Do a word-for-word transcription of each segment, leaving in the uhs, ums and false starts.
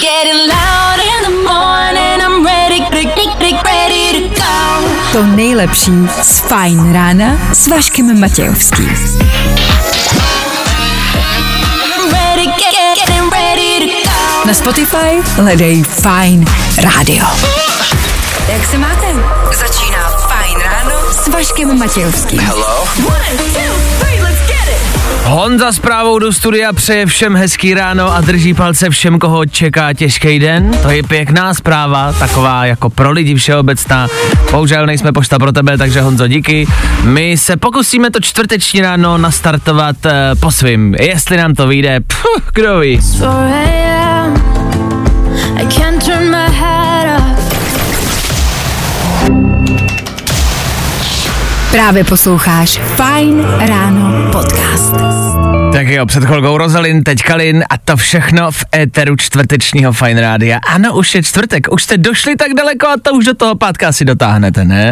To nejlepší z Fajn rána s Vaškem Matějovským. Na Spotify hledej Fajn rádio. Jak se máte? Začíná Fajn ráno s Vaškem Matějovským. Hello? Honza s zprávou do studia přeje všem hezký ráno a drží palce všem, koho čeká těžký den. To je pěkná zpráva, taková jako pro lidi všeobecná. Bohužel nejsme pošta pro tebe, takže Honzo, díky. My se pokusíme to čtvrteční ráno nastartovat uh, po svým. Jestli nám to vyjde, pfuh, kdo ví. Právě posloucháš Fajn ráno podcast. Tak jo, před chvilkou Rozalin, teď Kalin a to všechno v éteru čtvrtečního Fajn rádia. Ano, už je čtvrtek, už jste došli tak daleko a to už do toho pátka si dotáhnete, ne?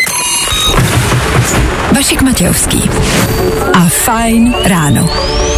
Vašek Matějovský a Fajn ráno.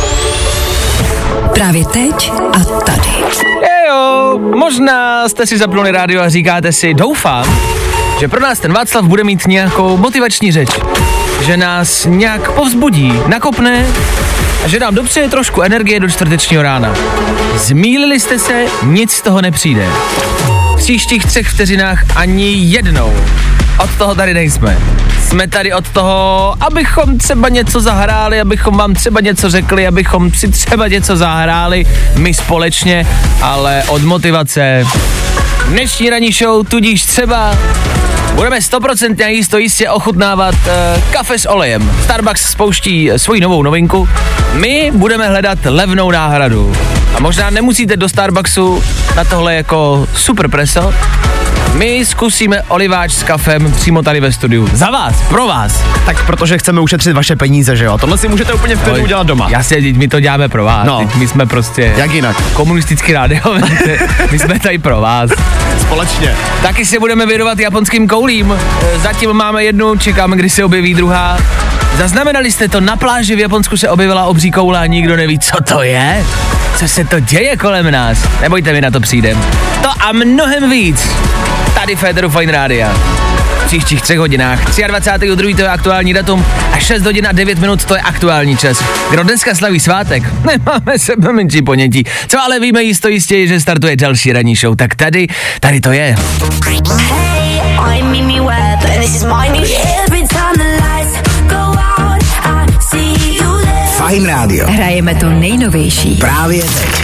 Právě teď a tady. Ejo, možná jste si zapnuli rádio a říkáte si, doufám, že pro nás ten Václav bude mít nějakou motivační řeč, že nás nějak povzbudí, nakopne a že nám dopřeje trošku energie do čtvrtečního rána. Zmýlili jste se, nic z toho nepřijde. V příštích třech vteřinách ani jednou. Od toho tady nejsme. Jsme tady od toho, abychom třeba něco zahráli, abychom vám třeba něco řekli, abychom si třeba něco zahráli, my společně, ale od motivace. Dnešní ranní show tudíž třeba budeme stoprocentně jisto jistě ochutnávat uh, kafe s olejem. Starbucks spouští svoji novou novinku. My budeme hledat levnou náhradu. A možná nemusíte do Starbucksu na tohle jako super preso. My zkusíme oliváč s kafem přímo tady ve studiu. Za vás, pro vás. Tak protože chceme ušetřit vaše peníze, že jo? Tohle si můžete úplně v klidu udělat doma. Jasně, my to děláme pro vás. No. My jsme prostě... Jak jinak? Komunistický rádio. My jsme tady pro vás. Společně. Taky se budeme věnovat japonským koulím. Zatím máme jednu, čekáme, kdy se objeví druhá. Zaznamenali jste to, na pláži v Japonsku se objevila obří koule a nikdo neví, co to je? Co se to děje kolem nás? Nebojte, mi na to přijdem. To a mnohem víc. Tady v éteru Fajn rádia. V příštích třech hodinách. dvacátého druhého druhého to je aktuální datum a šest hodin a devět minut to je aktuální čas. Kdo dneska slaví svátek? Nemáme sebe menší ponětí. Co ale víme jisto jistě, že startuje další ranní show. Tak tady, tady to je. Hey, I'm Mimi Webb and this is my new hit. Every time the lights go out, I see you there. Fajn rádio. Hrajeme to nejnovější. Právě teď.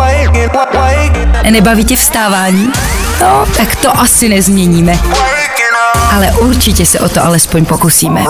Nebaví tě vstávání? No, tak to asi nezměníme. Ale určitě se o to alespoň pokusíme.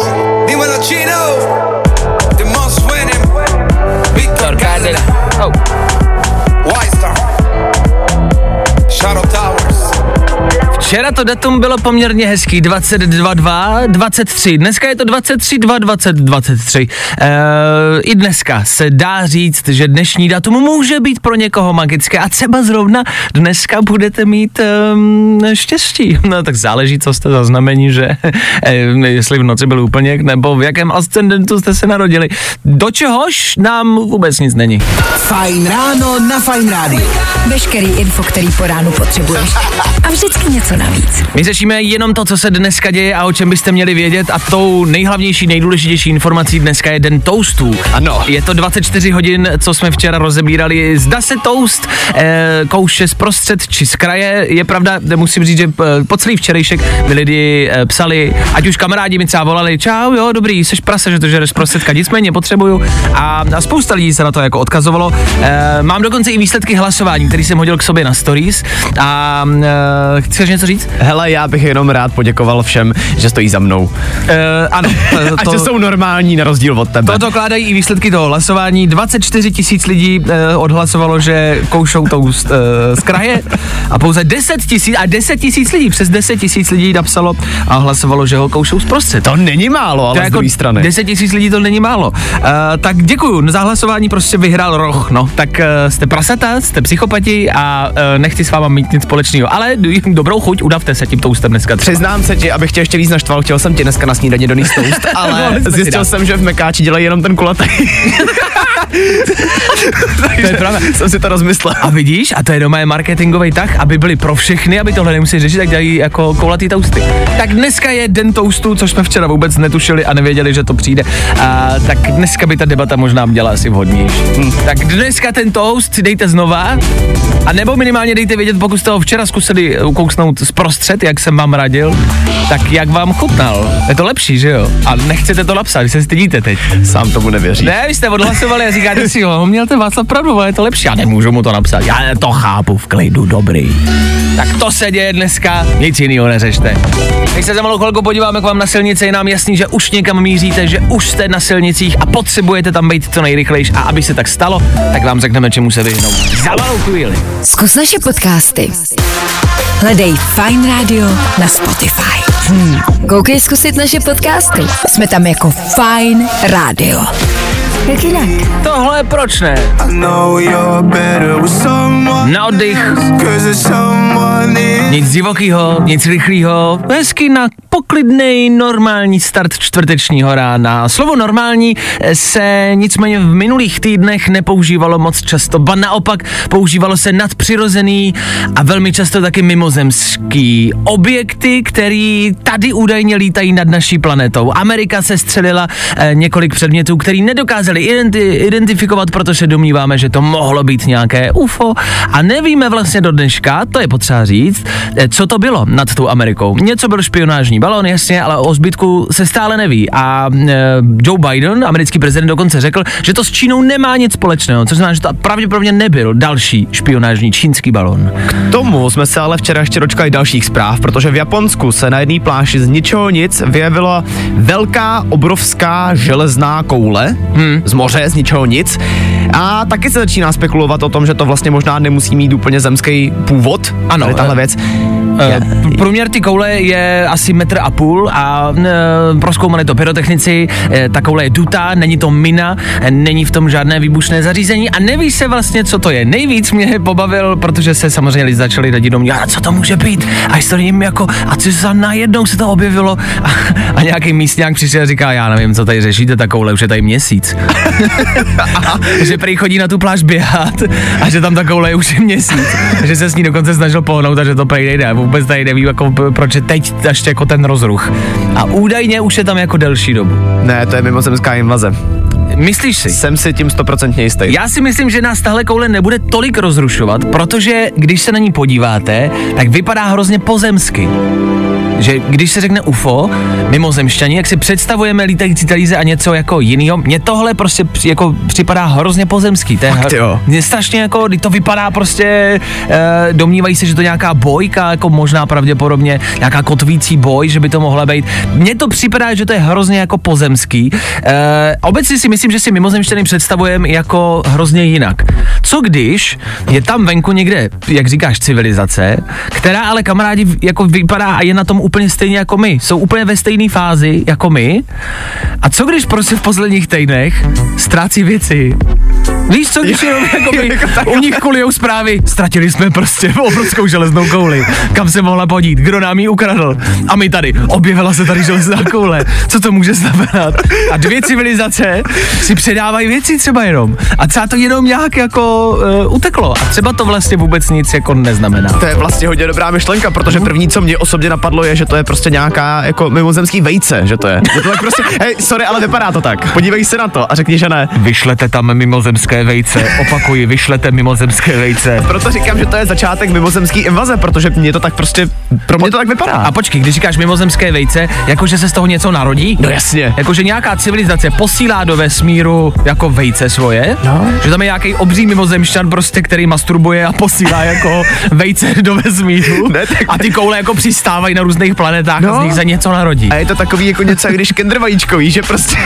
Včera to datum bylo poměrně hezký, dvacet dva dva dvacet tři, dneska je to dvacet tři dva dvacet dvacet tři. E, I dneska se dá říct, že dnešní datum může být pro někoho magické a třeba zrovna dneska budete mít um, štěstí. No tak záleží, co jste za znamení, že e, jestli v noci byl úplněk, nebo v jakém ascendentu jste se narodili. Do čehož nám vůbec nic není. Fajn ráno na Fajn rádiu. Veškerý info, který po ránu potřebuješ. A vždycky něco navíc. My řešíme jenom to, co se dneska děje a o čem byste měli vědět a tou nejhlavnější, nejdůležitější informací dneska je den toastů. Ano. Je to dvacet čtyři hodin, co jsme včera rozebírali. Zda se toast eh, kouše z prostřed či z kraje. Je pravda, musím říct, že eh, po celý včerejšek mi lidi eh, psali, ať už kamarádi mi třeba volali, čau, jo, dobrý, seš prase, že to žereš z prostředka, nicméně potřebuju. A, a spousta lidí se na to jako odkazovalo. Eh, mám dokonce i výsledky hlasování, který jsem hodil k sobě na stories. A eh, chceš něco říct? Hele, já bych jenom rád poděkoval všem, že stojí za mnou. Uh, ano. To, a že jsou normální na rozdíl od tebe. To dokládají i výsledky toho hlasování. dvacet čtyři tisíc lidí uh, odhlasovalo, že koušou toast uh, z kraje a pouze deset tisíc a deset tisíc lidí, přes deset tisíc lidí napsalo a hlasovalo, že ho koušou z prostřed. To není málo, ale to z druhé jako strany. deset tisíc lidí to není málo. Uh, tak děkuju, za hlasování prostě vyhrál Roh, no. Tak uh, jste prasata, jste psychopati a uh, nechci s váma mít nic společného, ale dobrou chuť, udavte se tím toastem dneska. Třeba. Přiznám se ti, abych tě ještě víc naštval, chtěl jsem ti dneska na snídaně donést toast, ale zjistil jsem, že v Mekáči dělají jenom ten kulatý. To je pravda, jsem si to rozmyslel. A vidíš, a to je doma je marketingový tah, aby byli pro všechny, aby tohle nemuseli řešit, tak dělají jako koulatý toasty. Tak dneska je den toastů, což jsme včera vůbec netušili a nevěděli, že to přijde. A tak dneska by ta debata možná měla asi vhodnější. Hm. Tak dneska ten toast si dejte znova, a nebo minimálně dejte vědět, pokud jste ho včera zkusili ukousnout zprostřed, jak jsem vám radil, tak jak vám chutnal. Je to lepší, že jo? A nechcete to napsat, vy se stydíte teď. Sám tomu nevěří. Ne, vy jste odhlasovali a říkáte si, jo, měl ten Václav pravdu, ale je to lepší. Já nemůžu mu to napsat, já to chápu v klidu, dobrý. Tak to se děje dneska, nic jiného neřešte. Když se za malou chvilku podíváme k vám na silnici, je nám jasný, že už někam míříte, že už jste na silnicích a potřebujete tam být co nejrychlejší. A aby se tak stalo, tak vám řekneme, čemu se vyhnout. Za malou chvíli. Zkus naše podcasty. Hledej Fajn Radio na Spotify. Hmm. Koukej zkusit naše podcasty. Jsme tam jako Fajn Radio. Jak jinak? Tohle proč ne? Na oddych. Nic divokýho, nic rychlýho. Hezky na poklidnej, normální start čtvrtečního rána. Slovo normální se nicméně v minulých týdnech nepoužívalo moc často, ba naopak používalo se nadpřirozený a velmi často taky mimozemský objekty, který tady údajně lítají nad naší planetou. Amerika se střelila eh, několik předmětů, který nedokázali identi- identifikovat, protože domníváme, že to mohlo být nějaké U F O a nevíme vlastně do dneška, to je potřeba říct, eh, co to bylo nad tou Amerikou. Něco byl špionážní balon, jasně, ale o zbytku se stále neví a eh, Joe Biden, americký prezident, dokonce řekl, že to s Čínou nemá nic společného, což znamená, že to pravděpodobně nebyl další špionážní čínský balon. K tomu jsme se ale včera ještě dočkali dalších zpráv, protože v Japonsku se na jedné pláži z ničeho nic vyjevila velká, obrovská železná koule hmm. z moře, z ničeho nic. A taky se začíná spekulovat o tom, že to vlastně možná nemusí mít úplně zemský původ. Ano. Tady tahle věc. Uh, průměr ty koule je asi metr a půl a uh, prozkoumali to pyrotechnici, uh, ta koule je dutá, není to mina, uh, není v tom žádné výbušné zařízení a neví se vlastně, co to je. Nejvíc mě pobavil, protože se samozřejmě lidi začali radit do mě, a co to může být? A jste jim jako, a co za najednou se to objevilo? A, a nějaký místňák přišel a říká, já nevím, co tady řešíte, ta koule už je tady měsíc. A že prý chodí na tu pláž běhat a že tam ta koule je už je měsíc. Že se s ní dokonce snažil pohnout a že to prý nejde. Vůbec tady nevím, jako, proč je teď ještě jako ten rozruch. A údajně už je tam jako delší dobu. Ne, to je mimozemská invaze. Myslíš si? Jsem si tím stoprocentně jistý. Já si myslím, že nás tahle koule nebude tolik rozrušovat, protože když se na ní podíváte, tak vypadá hrozně pozemsky. Že když se řekne U F O, mimozemšťani, jak si představujeme lítající talíře a něco jako jinýho, mně tohle prostě při, jako připadá hrozně pozemský. To je Fakt, jo. Mně strašně jako, to vypadá prostě, e, domnívají se, že to je nějaká bojka, jako možná pravděpodobně nějaká kotvící boj, že by to mohla být. Mně to připadá, že to je hrozně jako pozemský. E, obecně si myslím, že si mimozemšťany představujeme jako hrozně jinak. Co když je tam venku někde, jak říkáš, civilizace, která ale kamarádi jako vypadá a je na tom úplně stejně jako my. Jsou úplně ve stejné fázi jako my. A co když prostě v posledních týdnech ztrácí věci? Víš co, když jenom jako my, u nich kulujou zprávy, ztratili jsme prostě obrovskou železnou kouli, kam se mohla podít, kdo nám ji ukradl. A my tady, objevila se tady železná koule, co to může znamenat? A dvě civilizace si předávají věci třeba jenom. A třeba to jenom nějak jako uh, uteklo. A třeba to vlastně vůbec nic jako neznamená. To je vlastně hodně dobrá myšlenka, protože první, co mě osobně napadlo, je, že to je prostě nějaká jako mimozemský vejce, že to je. Že to tak prostě, hej, sorry, ale vypadá to tak. Podívej se na to a řekni, že ne. Vyšlete tam mimozemské vejce, opakuji, vyšlete mimozemské vejce. Proto říkám, že to je začátek mimozemský invaze, protože mě to tak prostě, pro mě to tak vypadá. A počkej, když říkáš mimozemské vejce, jakože se z toho něco narodí? No jasně. Jakože nějaká civilizace posílá do vesmíru jako vejce svoje? No. Že tam je nějaký obří mimozemšťan prostě, který masturbuje a posílá jako vejce do vesmíru. Ne, tak... A ty koule jako přistávají na různých planetách no. A z nich se něco narodí. A je to takový jako něco, když kinder vajíčko, víš, že prostě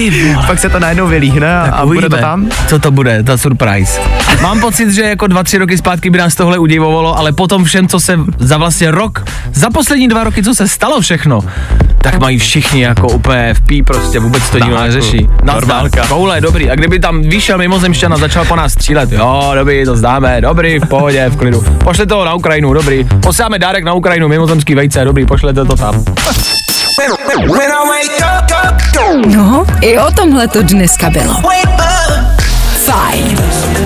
pak se to najednou vylíhne a, a bude to tam. Co to bude, ta surprise. Mám pocit, že jako dva, tři roky zpátky by nás tohle udivovalo, ale potom všem, co se za vlastně rok, za poslední dva roky, co se stalo všechno, tak mají všichni jako úplně v pí, prostě vůbec to nikdo neřeší. Normálka. Koule, dobrý. A kdyby tam vyšel mimozemšťan a začal po nás střílet, jo, dobrý, to známe, dobrý, v pohodě, v klidu. Pošlete ho na Ukrajinu, dobrý. Posíláme dárek na Ukrajinu, mimozemský vejce, dobrý, pošlete to tam. No, i o tomhle to dneska bylo. Fajn.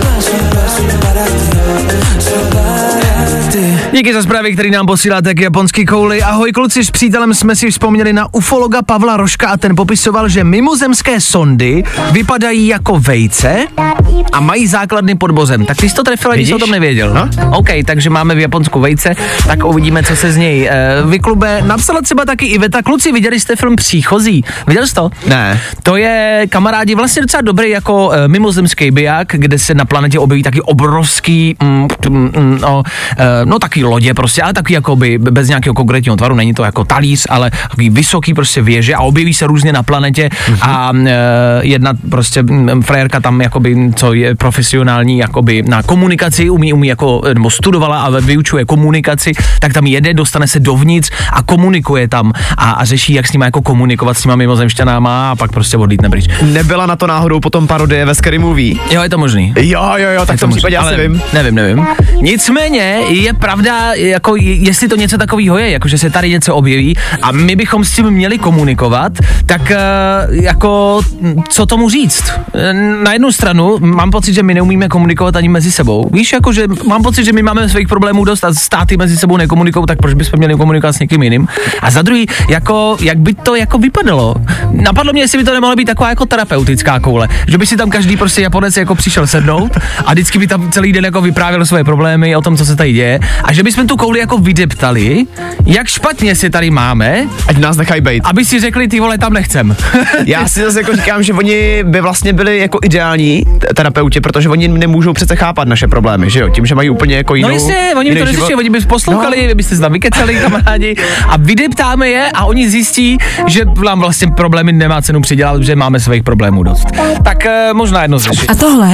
Díky za zprávy, který nám posíláte k japonský kouli. Ahoj kluci, s přítelem jsme si vzpomněli na ufologa Pavla Rožka a ten popisoval, že mimozemské sondy vypadají jako vejce a mají základny pod bodem. Tak ty jsi to trefil, když jsi o tom nevěděl. No? OK, takže máme v Japonsku vejce, tak uvidíme, co se z něj e, vyklube. Napsala třeba taky Iveta. Kluci, viděli jste film Příchozí? Viděl jsi to? Ne. To je, kamarádi, vlastně docela dobrý jako e, mimozemský biják, kde se na planetě objeví taky obrovský, mm, mm, no, e, no taky lodě prostě, ale taky jakoby bez nějakého konkrétního tvaru, není to jako talíř, ale takový vysoký prostě věže a objeví se různě na planetě mm-hmm. a e, jedna prostě frajerka tam jakoby, co je profesionální jakoby na komunikaci, umí, umí jako, nebo studovala a vyučuje komunikaci, tak tam jede, dostane se dovnitř a komunikuje tam a, a řeší, jak s nima jako komunikovat s těma mimozemšťanama a pak prostě odlítne pryč. Nebyla na to náhodou potom parodie ve Scary Movie? Jo, je to možný. Jo, jo, jo, tak v tom případě asi vím. Nevím, nevím. Nicméně je pravda, jako jestli to něco takového je, jako že se tady něco objeví a my bychom s tím měli komunikovat, tak jako co tomu říct? Na jednu stranu mám pocit, že my neumíme komunikovat ani mezi sebou. Víš, jako že mám pocit, že my máme svých problémů dost a státy mezi sebou nekomunikují, tak proč bychom měli komunikovat s někým jiným? A za druhý, jako jak by to jako vypadalo? Napadlo mě, jestli by to nemohlo být taková jako terapeutická koule, že by si tam každý prostě Japonec jako přišel sednout a vždycky by tam celý den jako vyprávěl svoje problémy o tom, co se tady děje a že bychom tu kouli jako vydeptali, jak špatně si tady máme, ať nás nechají bejt. Aby si řekli, ty vole, tam nechcem. Já si zase jako říkám, že oni by vlastně byli jako ideální terapeuti, protože oni nemůžou přece chápat naše problémy, že jo? Tím, že mají úplně jako jinou. No jasně, oni by to neřešili, oni by poslouchali, no. Byste se tam vykecali, kamarádi, a vydeptáme je a oni zjistí, že nám vlastně problémy nemá cenu přidělat, že máme svých problémů dost. Tak uh, možná jedno řešit. A tohle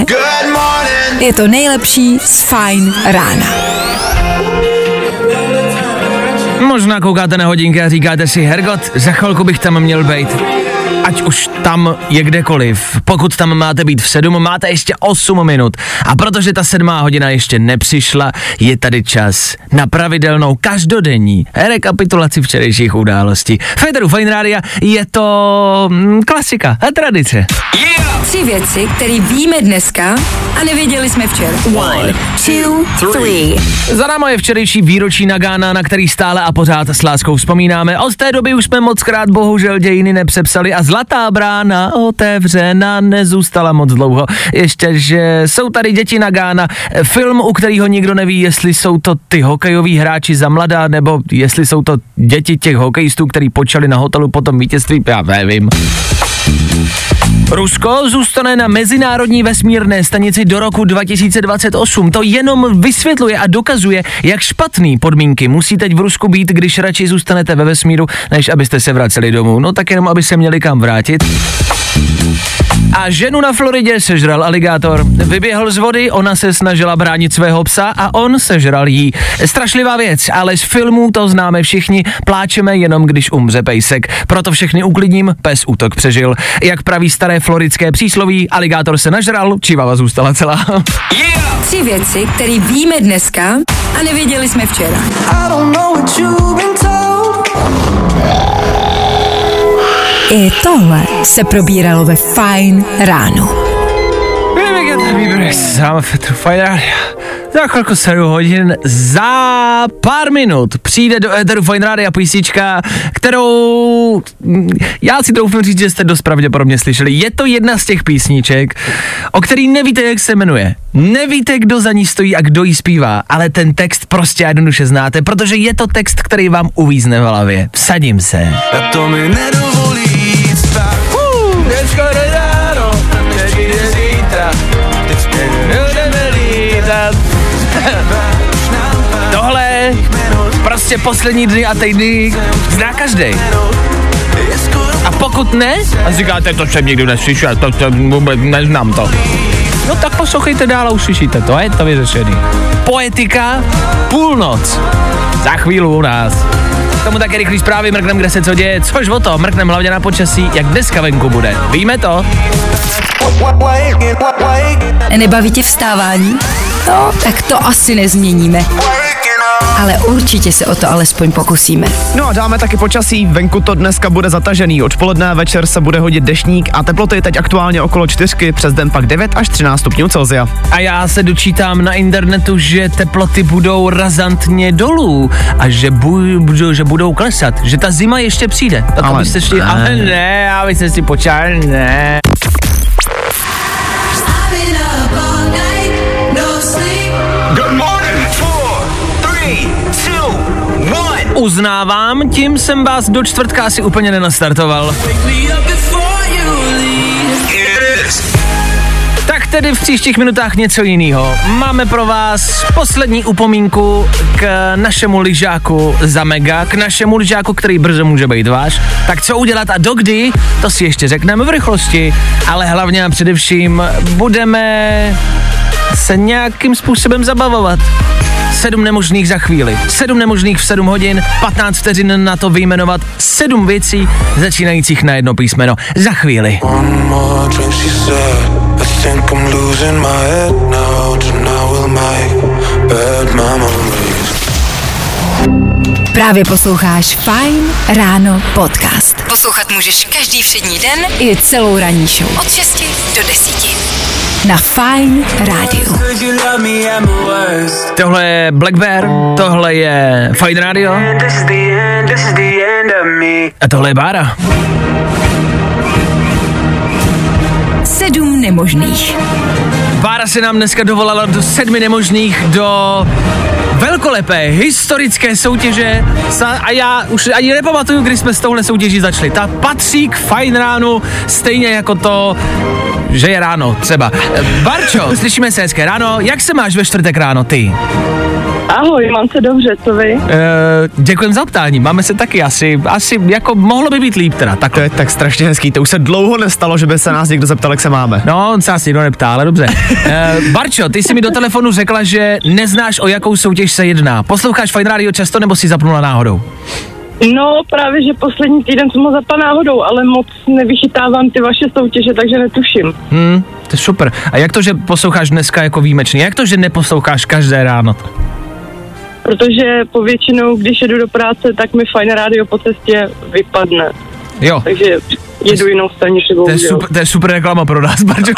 je to nejlepší z Fajn rána. Možná koukáte na hodinky a říkáte si, hergot, za chvilku bych tam měl být. Ať už tam je kdekoliv. Pokud tam máte být v sedm, máte ještě osm minut. A protože ta sedmá hodina ještě nepřišla, je tady čas na pravidelnou každodenní rekapitulaci včerejších událostí. V Féteru Fajn Rádia je to mm, klasika a tradice. Yeah! Tři věci, které víme dneska a nevěděli jsme včera. One, two, three. Za náma je včerejší výročí Nagána, na který stále a pořád s láskou vzpomínáme. Od té doby už jsme mockrát bohužel dějiny nepřepsali a zlatá brána otevřena nezůstala moc dlouho. Ještě, že jsou tady děti Nagána, film, u kterého nikdo neví, jestli jsou to ty hokejoví hráči za mladá, nebo jestli jsou to děti těch hokejistů, který počali na hotelu po tom vítězství, já nevím. Rusko zůstane na mezinárodní vesmírné stanici do roku dva tisíce dvacet osm. To jenom vysvětluje a dokazuje, jak špatný podmínky musí teď v Rusku být, když radši zůstanete ve vesmíru, než abyste se vraceli domů. No tak jenom, aby se měli kam vrátit. A ženu na Floridě sežral aligátor. Vyběhl z vody, ona se snažila bránit svého psa a on sežral jí. Strašlivá věc, ale z filmů to známe všichni, pláčeme jenom, když umře pejsek. Proto všechny uklidním, pes útok přežil. Jak praví staré floridské přísloví, aligátor se nažral, čivava zůstala celá. Yeah! Tři věci, které víme dneska a nevěděli jsme včera. I tohle se probíralo ve Fajn ráno. Fajn ráno. Za chvilku sedm hodin, za pár minut přijde do éteru Fajn rádia písnička, kterou já si troufnu říct, že jste dost pravděpodobně slyšeli. Je to jedna z těch písniček, o který nevíte, jak se jmenuje. Nevíte, kdo za ní stojí a kdo jí zpívá, ale ten text prostě jednoduše znáte, protože je to text, který vám uvízne v hlavě. Vsadím se. A to mi nedovolí spát. Uh, dneska ráno, nevíde zítra, budeme lítat. Tohle prostě poslední dny a týdny zná každej. A pokud ne, a říkáte, to jsem nikdy neslyšel, to, to vůbec neznám to. No tak poslouchejte dál a uslyšíte to, je to vyřešený. Poetika, půlnoc, za chvíli u nás. K tomu také rychlý zprávy, mrknem, kde se co děje, což o to, mrknem hlavně na počasí, jak dneska venku bude. Víme to? Nebaví tě vstávání? No, tak to asi nezměníme. ale určitě se o to alespoň pokusíme. No a dáme taky počasí, venku to dneska bude zatažený, odpoledne večer se bude hodit deštník a teploty teď aktuálně okolo čtyřky, přes den pak devět až třináct stupňů Celsia. A já se dočítám na internetu, že teploty budou razantně dolů a že, bu, budou, že budou klesat, že ta zima ještě přijde. Tak ale abyste šli, ne. ale ne, abyste si počali, ne. Uznávám, tím jsem vás do čtvrtka asi úplně nenastartoval. Tak tedy v příštích minutách něco jiného. Máme pro vás poslední upomínku k našemu lyžáku za mega, k našemu lyžáku, který brzo může být váš. Tak co udělat a dokdy, to si ještě řekneme v rychlosti, ale hlavně a především budeme se nějakým způsobem zabavovat. Sedm nemožných za chvíli. Sedm nemožných v sedm hodin, patnáct vteřin na to vyjmenovat sedm věcí, začínajících na jedno písmeno. Za chvíli. Právě posloucháš Fajn ráno podcast. Poslouchat můžeš každý všední den i celou ranní show. Od šesti do desíti. Na Fajn rádiu. Tohle je Black Bear, tohle je Fajn rádio. A tohle je Bára. Sedm nemožných. Bára se nám dneska dovolala do sedmi nemožných, do velkolepé historické soutěže a já už ani nepamatuju, kdy jsme s touhle soutěží začali. Ta patří k Fajn ránu, stejně jako to, že je ráno třeba. Barčo, slyšíme se hezké ráno, jak se máš ve čtvrtek ráno ty? Ahoj, mám se dobře, co vy? Uh, děkujem za ptání, máme se taky asi, asi jako mohlo by být líp teda, To takhle. je tak strašně hezký, to už se dlouho nestalo, že by se nás někdo zeptal, jak se máme. No, on se asi nikdo neptá, ale dobře. Uh, Barčo, ty jsi mi do telefonu řekla, že neznáš, o jakou soutěž se jedná. Posloucháš Fajn rádio často, nebo si zapnula náhodou? No, právě, že poslední týden jsem ho zapal náhodou, ale moc nevychytávám ty vaše soutěže, takže netuším. Hmm, to je super. A jak to, že posloucháš dneska jako výjimečný? Jak to, že neposloucháš každé ráno? Protože povětšinou, když jedu do práce, tak mi Fajn rádio po cestě vypadne. Jo. Takže jedu jinou stanici, To je, bohužel. super, to je super reklama pro nás, Barčo.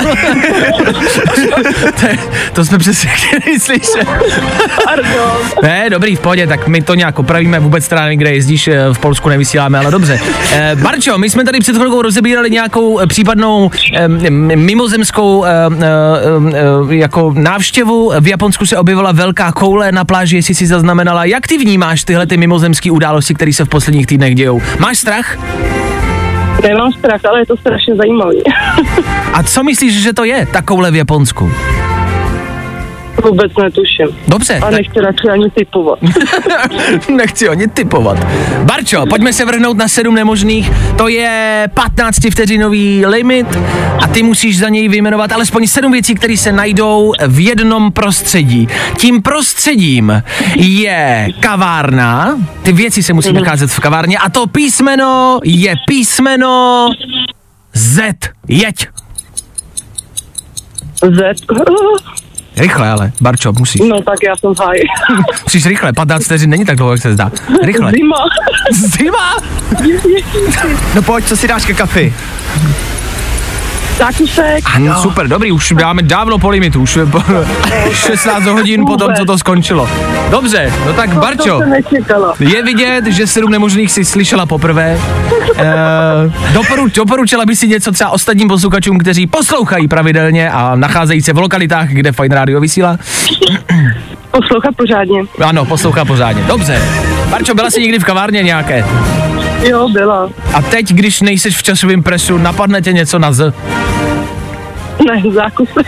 to, je, to jsme přesně chtěli slyšet. Pardon. Ne, dobrý, v pohodě, tak my to nějak opravíme, vůbec teda nevím, kde jezdíš, v Polsku nevysíláme, ale dobře. Eh, Barčo, my jsme tady před chvilkou rozebírali nějakou případnou eh, mimozemskou eh, eh, jako návštěvu. V Japonsku se objevila velká koule na pláži, jestli si zaznamenala. Jak ty vnímáš tyhle ty mimozemské události, které se v posledních týdnech dějou? Máš strach? Nemám strach, ale je to strašně zajímavý. A co myslíš, že to je, ta koule v Japonsku? Vůbec netuším. Dobře. A tak- nechci radši ani typovat. Nechci ani typovat. Barčo, pojďme se vrhnout na sedm nemožných. To je patnáct vteřinový limit a ty musíš za něj vyjmenovat alespoň sedm věcí, které se najdou v jednom prostředí. Tím prostředím je kavárna. Ty věci se musí nacházet v kavárně a to písmeno je písmeno Z. Jeď. Z. Rychle ale, Barčo, musíš. No tak já jsem v háji. Musíš rychle, patnáct vteřin není tak dlouho, jak se zdá. Rychle. Zima. Zima? No pojď, co si dáš ke kafi? Zákusek. No. Super, dobrý, už dáme dávno po limitu, už je po šestnáct hodin po tom, co to skončilo. Dobře, no tak To Barčo, jsem nečekala. je vidět, že sedm nemožných si slyšela poprvé. E, doporuč, doporučila by si něco třeba ostatním posluchačům, kteří poslouchají pravidelně a nacházejí se v lokalitách, kde Fajn rádio vysílá? Poslouchat pořádně. Ano, poslouchá pořádně. Dobře. Barčo, byla jsi někdy v kavárně nějaké? Jo, byla. A teď, když nejseš v časovém presu, napadne tě něco na Z? Ne, zákusek.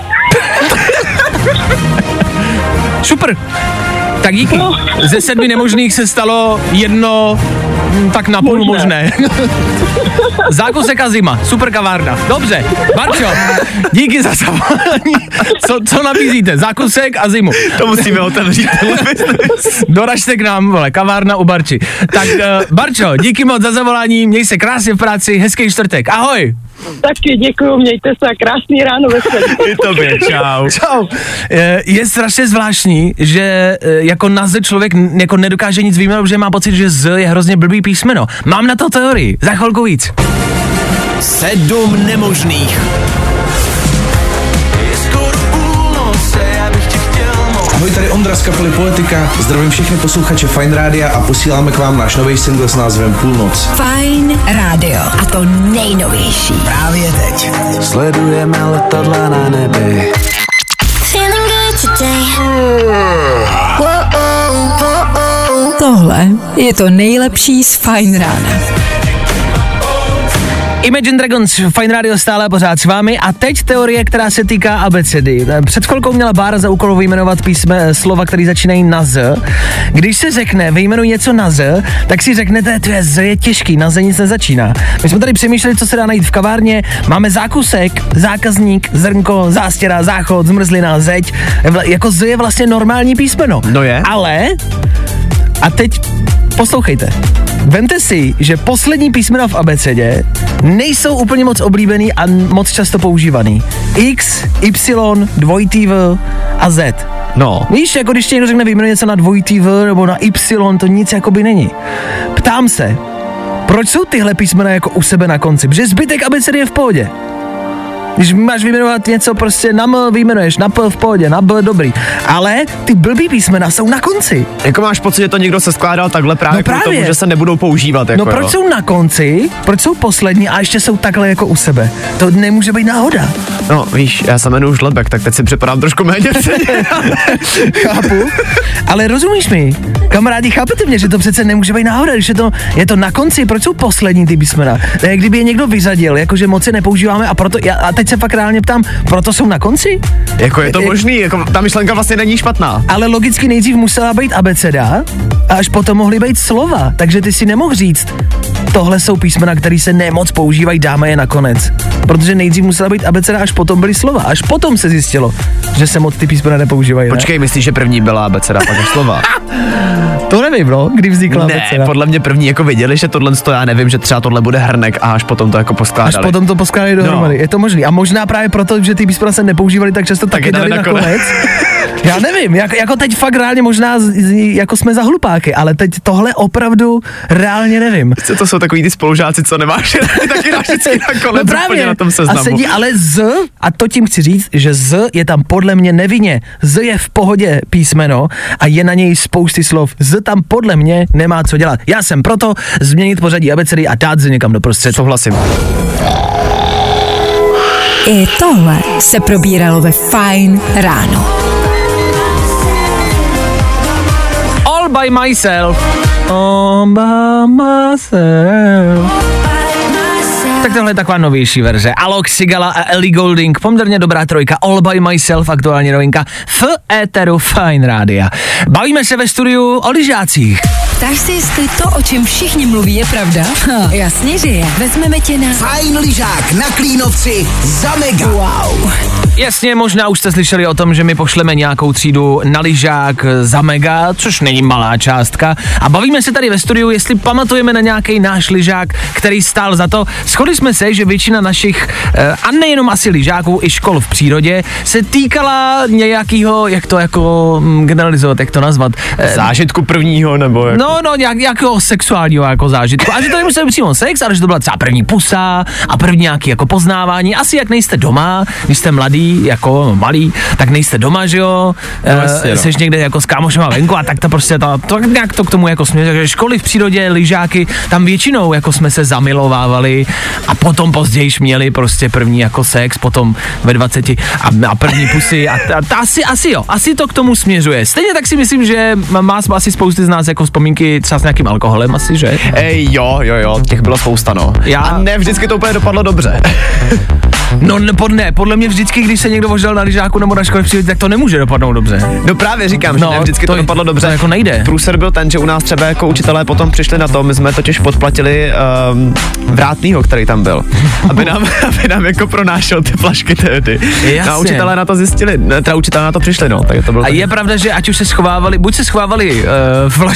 Super. Tak díky. Ze sedmi nemožných se stalo jedno hm, tak napůl možné. Zákusek a zima. Super kavárna. Dobře. Barčo, díky za zavolání. Co, co nabízíte? Zákusek a zimu. To musíme otevřít. Doražte k nám, vole, kavárna u Barči. Tak uh, Barčo, díky moc za zavolání, měj se krásně v práci, hezký čtvrtek. Ahoj. Taky děkuju, mějte se a krásný ráno veselý. I tobě, čau. Čau. Je, je strašně zvláštní, že jako na Z člověk jako nedokáže nic vyjmenovat, že má pocit, že Z je hrozně blbý písmeno. Mám na to teorii, za chvilku víc. Sedm nemožných. Ahoj, tady Ondra z kapely Poetika, zdravím všechny posluchače Fajn Rádia a posíláme k vám náš nový single s názvem Půlnoc. Fajn rádio a to nejnovější. Právě teď. Sledujeme letadla na nebi. Tohle je to nejlepší z Fajn rána. Imagine Dragons, Fajn Radio stále pořád s vámi a teď teorie, která se týká abecedy. Před chvilkou měla Bára za úkol vyjmenovat písme slova, které začínají na Z. Když se řekne, vyjmenuj něco na Z, tak si řeknete, to je Z je těžký, na Z nic nezačíná. My jsme tady přemýšleli, co se dá najít v kavárně. Máme zákusek, zákazník, zrnko, zástěra, záchod, zmrzlina, zeď. Jako Z je vlastně normální písmeno. No je. Ale, a teď poslouchejte. Vemte si, že poslední písmena v abecedě nejsou úplně moc oblíbený a moc často používaný. X, Y, dvojitý V a Z. No. Víš, jako když ti někdo řekne vyjmenuje něco na dvojitý V nebo na Y, to nic jakoby není. Ptám se, proč jsou tyhle písmena jako u sebe na konci? Protože zbytek abecedy je v pohodě. Když máš vyjmenovat něco prostě na M vyjmenuješ, na P v pohodě, na B dobrý. Ale ty blbý písmena jsou na konci. Jako máš pocit, že to někdo se skládal takhle právě, No právě. kvůli tomu, že se nebudou používat. Jako, No proč jo. jsou na konci, proč jsou poslední a ještě jsou takhle jako u sebe? To nemůže být náhoda. No víš, já se jmenuji Žlebek, tak teď si připadám trošku méně ceně. Chápu. Ale rozumíš mi, kamarádi, chápete mě, že to přece nemůže být náhoda, když je to, je to na konci, proč jsou poslední ty písmena? To je, kdyby je někdo vyřadil, jakože moc je nepoužíváme a proto, já, a teď se fakt reálně ptám, proto jsou na konci? Jako je to možný, jako ta myšlenka vlastně není špatná. Ale logicky nejdřív musela být abeceda a až potom mohly být slova, takže ty si nemohl říct, tohle jsou písmena, které se nemoc používají, dáme je nakonec. Protože nejdřív musela být abeceda, až potom byly slova. Až potom se zjistilo, že se moc ty písmena nepoužívají. Ne? Počkej, myslíš, že první byla abeceda, pak až slova? To nevím, no, kdy vznikla Ne, abeceda. podle mě první jako věděli, že tohle to já nevím, že třeba tohle bude hrnek a až potom to jako poskládali. Až potom to poskládali dohromady. No. Je to možný. A možná právě proto, že ty písmena se nepoužívaly tak často, tak je dali nakonec. Já nevím, jako, jako teď fakt reálně možná z, z, jako jsme za hlupáky, ale teď tohle opravdu reálně nevím. Co to jsou takový ty spolužáci, co nemáš, ty taky dáš vždycky nakonec No úplně na tom seznamu. A sedí ale Z, a to tím chci říct, že Z je tam podle mě nevinně. Z je v pohodě písmeno a je na něj spousty slov. Z tam podle mě nemá co dělat. Já jsem proto změnit pořadí abecedy a dát Z někam do prostřed. Souhlasím. I tohle se probíralo ve Fajn ráno. All by myself. All by myself. Tak tohle je taková novější verze. Alok, Sigala a Ellie Goulding, poměrně dobrá trojka, All by myself, aktuální novinka v éteru Fajn rádia. Bavíme se ve studiu o lyžácích. Ptáš si, jestli to, o čem všichni mluví, je pravda? Ha, jasně, že je. Vezmeme tě na... Fajn lyžák na Klínovci za mega. Wow. Jasně, možná už jste slyšeli o tom, že my pošleme nějakou třídu na lyžák za mega, což není malá částka. A bavíme se tady ve studiu, jestli pamatujeme na nějaký náš lyžák, který stál za to. Shodli jsme se, že většina našich, a nejenom asi lyžáků, i škol v přírodě, se týkala nějakého, jak to jako generalizovat, jak to nazvat. Zážitku prvního, nebo jak... No, no, nějak, nějakého sexuálního jako zážitku. A že to nemusel být přímo sex, ale že to byla třeba první pusa a první nějaký jako poznávání. Asi jak nejste doma, když jste mladý, jako malý, tak nejste doma, že jo? No, jasně, e, no. Seš někde jako s kámošema venku a tak to prostě to, to nějak to k tomu jako směřuje. Školy v přírodě, lyžáky, tam většinou jako jsme se zamilovávali a potom později měli prostě první jako sex, potom ve dvaceti a, a první pusy a, a, a asi, asi jo, asi to k tomu směřuje. Stejně tak si myslím, že má asi spousty z nás jako vzpomínky třeba s nějakým alkoholem asi, že? Ej, jo, jo, jo, těch bylo spousta, no. Já- A ne vždycky to úplně dopadlo dobře. No ne, pod, ne, podle mě vždycky, když se někdo vožel na lyžáku nebo na škole v přírodě, tak to nemůže dopadnout dobře. No právě říkám, že No, ne vždycky to, to- dopadlo dobře. to jako nejde. Průser byl ten, že u nás třeba jako učitelé potom přišli na to, my jsme totiž podplatili um, vrátnýho, který tam byl, aby nám, aby nám jako pronášel ty flašky tehdy. Jasně. No a učitelé na to zjistili, ne, teda učitelé na to přišli, no, tak to bylo A tak. je pravda, že ať už se schovávali, buď se schovávali uh, flašky,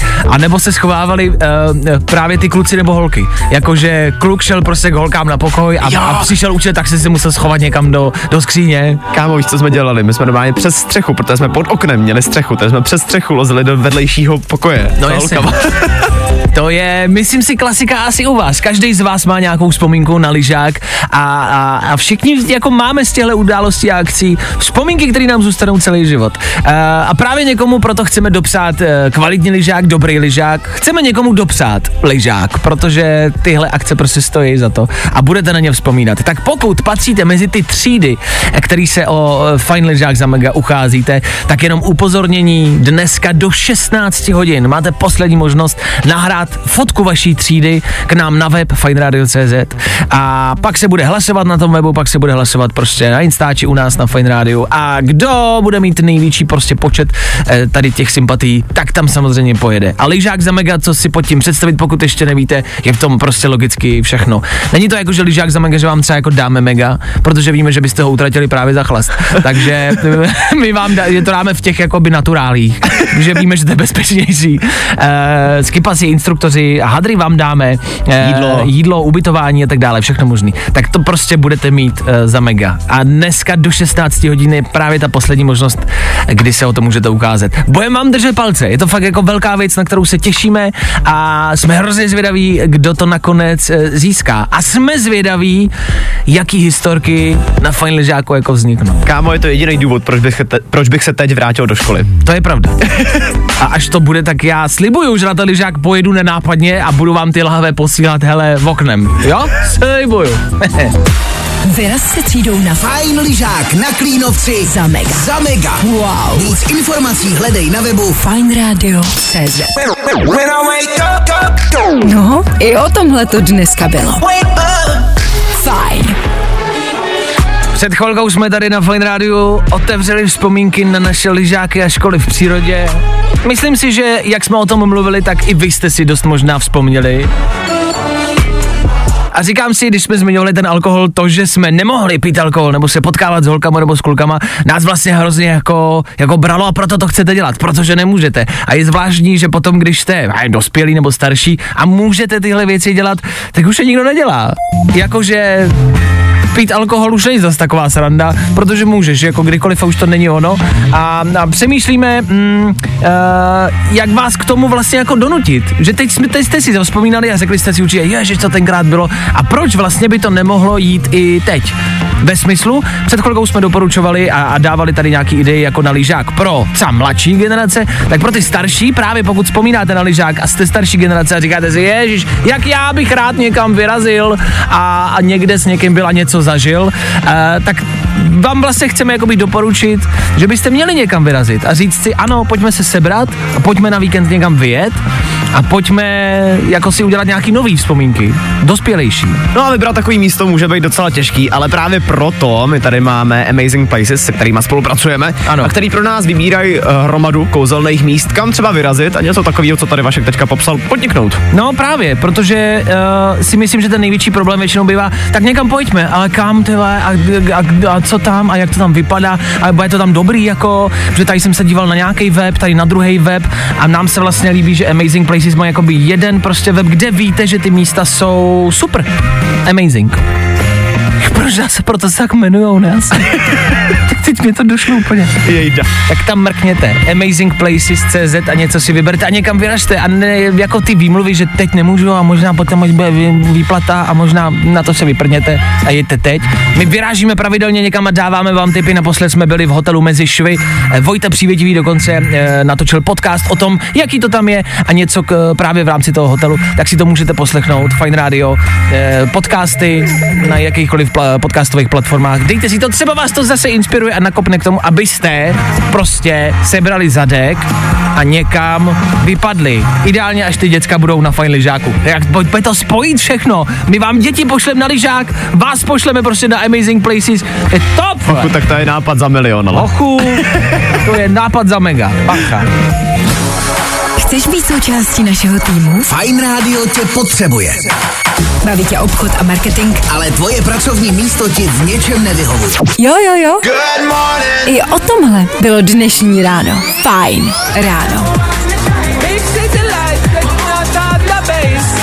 A nebo se schovávali uh, právě ty kluci nebo holky. Jakože kluk šel prostě k holkám na pokoj a, a přišel učit, tak se si musel schovat někam do, do skříně. Kámo, víš, co jsme dělali? My jsme normálně přes střechu, protože jsme pod oknem měli střechu, takže jsme přes střechu lozili do vedlejšího pokoje. No jasně. To je, myslím si, klasika asi u vás. Každý z vás má nějakou vzpomínku na lyžák a, a, a všichni jako máme z těchto událostí a akcí vzpomínky, které nám zůstanou celý život. A, a právě někomu proto chceme dopřát kvalitní lyžák, dobrý lyžák. Chceme někomu dopřát lyžák, protože tyhle akce prostě stojí za to a budete na ně vzpomínat. Tak pokud patříte mezi ty třídy, který se o Fajn lyžák za mega ucházíte, tak jenom upozornění, dneska do šestnácti hodin máte poslední možnost nahrát fotku vaší třídy k nám na web fajn radio tečka cé zet a pak se bude hlasovat na tom webu, pak se bude hlasovat prostě na Instači u nás na Fajn Radio a kdo bude mít největší prostě počet eh, tady těch sympatií, tak tam samozřejmě pojede. A lyžák za mega, co si pod tím představit, pokud ještě nevíte, je v tom prostě logicky všechno. Není to jako, že lyžák za mega, že vám třeba jako dáme mega, protože víme, že byste ho utratili právě za chlast. Takže my vám dá, to dáme v těch jakoby naturálích, že víme, že to je bezpečnější. Eh, skipasy, instruktoři, hadry vám dáme, eh, jídlo. jídlo, ubytování a tak dále, všechno možný. Tak to prostě budete mít eh, za mega. A dneska do šestnácti hodin je právě ta poslední možnost, kdy se o to můžete ukázat. Budeme vám držet palce, je to fakt jako velká věc, na kterou se těšíme a jsme hrozně zvědaví, kdo to nakonec eh, získá. A jsme zvědaví, jaký historky na Fajn lyžáku jako vzniknou. Kámo, je to jediný důvod, proč bych, te, proč bych se teď vrátil do školy. To je pravda. A až to bude, tak já slibuju, že na ten lyžák pojedu nenápadně a budu vám ty lahve posílat, hele, v oknem. Jo? Slibuju. Vyraz se třídou na Fajn lyžák na Klínovci za mega. Za mega. Wow. Víc informací hledej na webu fajn radio tečka cé zet. No, i o tomhle to dneska bylo. Fajn. Před chvilkou jsme tady na Fajn Rádiu otevřeli vzpomínky na naše lyžáky a školy v přírodě. Myslím si, že jak jsme o tom mluvili, tak i vy jste si dost možná vzpomněli. A říkám si, když jsme zmiňovali ten alkohol, to, že jsme nemohli pít alkohol, nebo se potkávat s holkama nebo s klukama, nás vlastně hrozně jako, jako bralo a proto to chcete dělat, protože nemůžete. A je zvláštní, že potom, když jste dospělí nebo starší a můžete tyhle věci dělat, tak už je nikdo nedělá. Jakože pít alkohol už není zase taková sranda, protože můžeš, jako kdykoliv a už to není ono. A, a přemýšlíme, mm, uh, jak vás k tomu vlastně jako donutit. Že teď, jsme, teď jste si vzpomínali a řekli jste si určitě, ježiš, co tenkrát bylo. A proč vlastně by to nemohlo jít i teď? Ve smyslu, před chvilkou jsme doporučovali a, a dávali tady nějaký idei jako na lyžák pro třeba mladší generace, tak pro ty starší, právě pokud vzpomínáte na lyžák a jste starší generace a říkáte si, ježiš, jak já bych rád někam vyrazil a, a někde s někým byl a něco zažil, uh, tak vám vlastně chceme jakoby doporučit, že byste měli někam vyrazit a říct si, ano, pojďme se sebrat a pojďme na víkend někam vyjet a pojďme jako si udělat nějaký nový vzpomínky, dospělejší. No a vybrat takový místo může být docela těžký, ale právě proto my tady máme Amazing Places, se kterýma spolupracujeme, ano. A který pro nás vybírají uh, hromadu kouzelných míst, kam třeba vyrazit a něco takového, co tady Vašek teďka popsal, podniknout. No právě, protože uh, si myslím, že ten největší problém většinou bývá, tak někam pojďme, ale kam tyhle a, a, a co tam a jak to tam vypadá a bude to tam dobrý, jako, že tady jsem se díval na nějaký web, tady na druhý web a nám se vlastně líbí, že Amazing Places má jakoby jeden prostě web, kde víte, že ty místa jsou super. Amazing. Proč se proto se tak jmenujou, ne? Tak teď mi to došlo úplně. Jejda. Tak tam mrkněte amazing places tečka cé zet a něco si vyberte a někam vyražte a ne jako ty výmluvy, že teď nemůžu a možná potom až bude výplata a možná na to se vyprněte a jeďte teď. My vyrážíme pravidelně někam a dáváme vám tipy. Naposled jsme byli v hotelu Mezi švy. Vojta Přívětivý dokonce e, natočil podcast o tom, jaký to tam je a něco k, právě v rámci toho hotelu, tak si to můžete poslechnout. Fajn Radio, e, podcasty na jakýchkoliv pl- podcastových platformách. Dejte si to, třeba vás to zase inspiruje a nakopne k tomu, abyste prostě sebrali zadek a někam vypadli. Ideálně, až ty děcka budou na Fajn lyžáku. Jak pojďme to spojit všechno. My vám děti pošleme na lyžák, vás pošleme prostě na Amazing Places. Je top! Ochu, tak to je nápad za milion, ale. Ochu, to je nápad za mega. Bacha. Chceš být součástí našeho týmu? Fajn Radio tě potřebuje. Baví tě obchod a marketing? Ale tvoje pracovní místo ti v něčem nevyhovuje. Jo, jo, jo. Good morning. I o tomhle bylo dnešní ráno. Fajn ráno.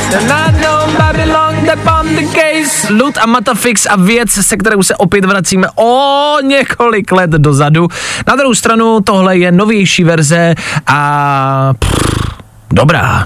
Najednou Babylon, upon the case. Lud a Matafix a věc, se kterou se opět vracíme o několik let dozadu. Na druhou stranu tohle je novější verze a pff, dobrá.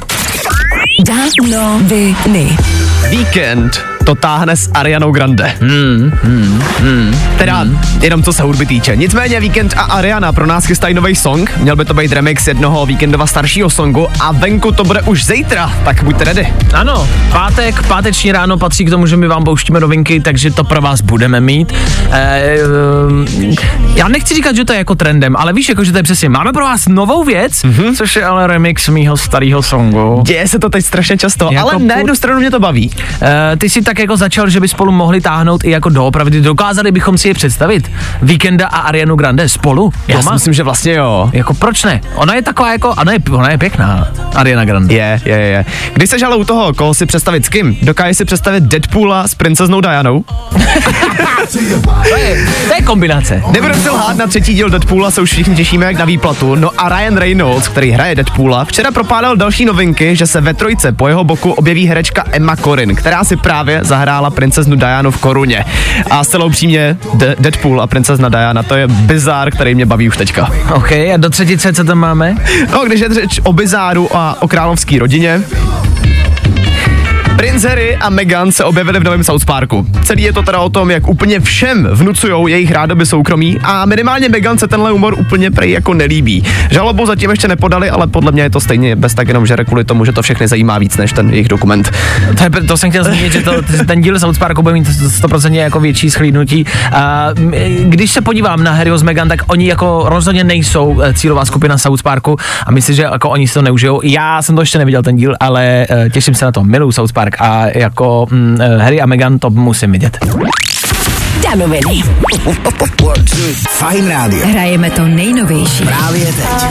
Danoviny. Víkend to táhne s Arianou Grande. Hmm, hmm, hmm, teda hmm. jenom co se hudby týče. Nicméně Víkend a Ariana pro nás chystají nový song. Měl by to být remix jednoho Víkendova staršího songu a venku to bude už zítra, tak buďte ready. Ano, pátek, páteční ráno patří k tomu, že my vám pouštíme novinky, takže to pro vás budeme mít. E, já nechci říkat, že to je jako trendem, ale víš, jako, že to je přesně. Máme pro vás novou věc, mm-hmm. což je ale remix mýho starého songu. Děje se to teď strašně často, jako ale na jednu stranu mě to baví. E, ty si tak jako začal, že by spolu mohli táhnout i jako doopravdy. Dokázali bychom si je představit? Víkenda a Arianu Grande spolu? Já doma? si myslím, že vlastně jo. Jako proč ne? Ona je taková jako, ona je, ona je pěkná, Ariana Grande. Je, je, je. Když seš ale u toho, koho si představit s kým? Dokážeš si představit Deadpoola s princeznou Dianou? to, je, to je kombinace. Nebudu si lhát, na třetí díl Deadpoola se už všichni těšíme jak na výplatu. No a Ryan Reynolds, který hraje Deadpoola, včera propádal další novinky, že se ve trojce po jeho boku objeví herečka Emma Corrin, která si právě zahrála princeznu Dianu v Koruně. A zcela upřímně, De- Deadpool a princezna Diana, to je bizár, který mě baví už teďka. OK, a do třetice co tam máme? No, když je řeč o bizáru a o královské rodině, Prince Harry a Meghan se objevili v novém South Parku. Celý je to teda o tom, jak úplně všem vnucujou jejich rádoby soukromí a minimálně Meghan se tenhle humor úplně prej jako nelíbí. Žalobu zatím ještě nepodali, ale podle mě je to stejně bez tak jenom žere kvůli tomu, že to všechny zajímá víc než ten jejich dokument. To, je, to jsem chtěl zmínit, že to, ten díl South Parku bude mít sto procent jako větší schlídnutí. A když se podívám na Harryho s Meghan, tak oni jako rozhodně nejsou cílová skupina South Parku a myslím, že jako oni si to neužijou. Já jsem to ještě neviděl ten díl, ale těším se na to. Miluju South Park a jako mm, Harry a Meghan to musím vidět. Danoviny. Fajn rádio. Hrajeme to nejnovější. Právě teď.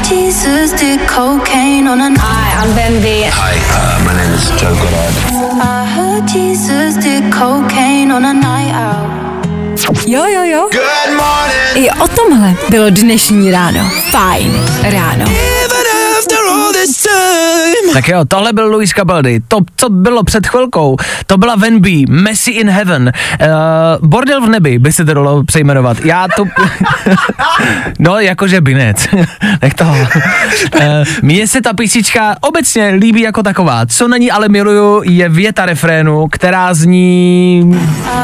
Hi, I'm Ben V. Hi, uh, my name is Joe Goddard. Jo, jo, jo. Good morning. I o tomhle bylo dnešní ráno. Fajn ráno. Tak jo, tohle byl Luis Capaldi. To, co bylo před chvilkou, to byla Van B, Messi in Heaven. Uh, Bordel v nebi by se to dalo přejmenovat. Já to... no, jakože binec. Nech toho. Uh, mně se ta písnička obecně líbí jako taková. Co na ní ale miluju, je věta refrénu, která zní...